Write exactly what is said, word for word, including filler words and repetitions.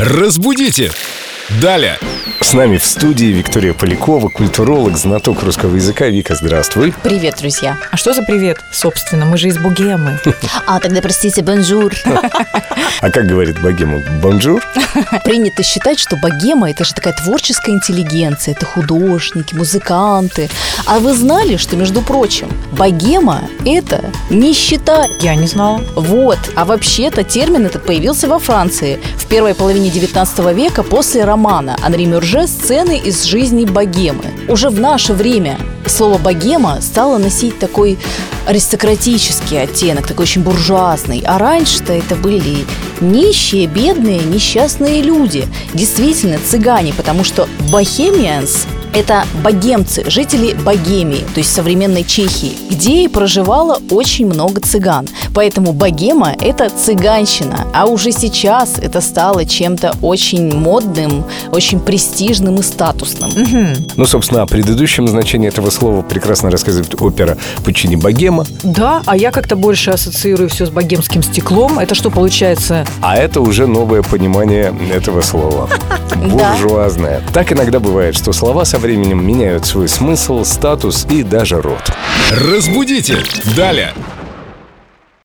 Разбудите! Далее! С нами в студии Виктория Полякова, культуролог, знаток русского языка. Вика, здравствуй. Привет, друзья. А что за привет, собственно? Мы же из Богемы. А, тогда простите, бонжур. А как говорит богема? Бонжур? Принято считать, что богема – это же такая творческая интеллигенция. Это художники, музыканты. А вы знали, что, между прочим, богема – это нищета? Я не знала. Вот. А вообще-то термин этот появился во Франции в первой половине девятнадцатого века после романа Анри Мюрже «Сцены из жизни богемы». Уже в наше время слово «богема» стало носить такой аристократический оттенок, такой очень буржуазный. А раньше-то это были нищие, бедные, несчастные люди. Действительно, цыгане, потому что «бохемианс» – это богемцы, жители Богемии, то есть современной Чехии, где и проживало очень много цыган. Поэтому богема – это цыганщина. А уже сейчас это стало чем-то очень модным, очень престижным и статусным. Угу. Ну, собственно, о предыдущем значении этого слова прекрасно рассказывает опера Пуччини «Богема». Да, а я как-то больше ассоциирую все с богемским стеклом. Это что получается? А это уже новое понимание этого слова. Буржуазное. Так иногда бывает, что слова со временем меняют свой смысл, статус и даже род. Разбудите! Далее!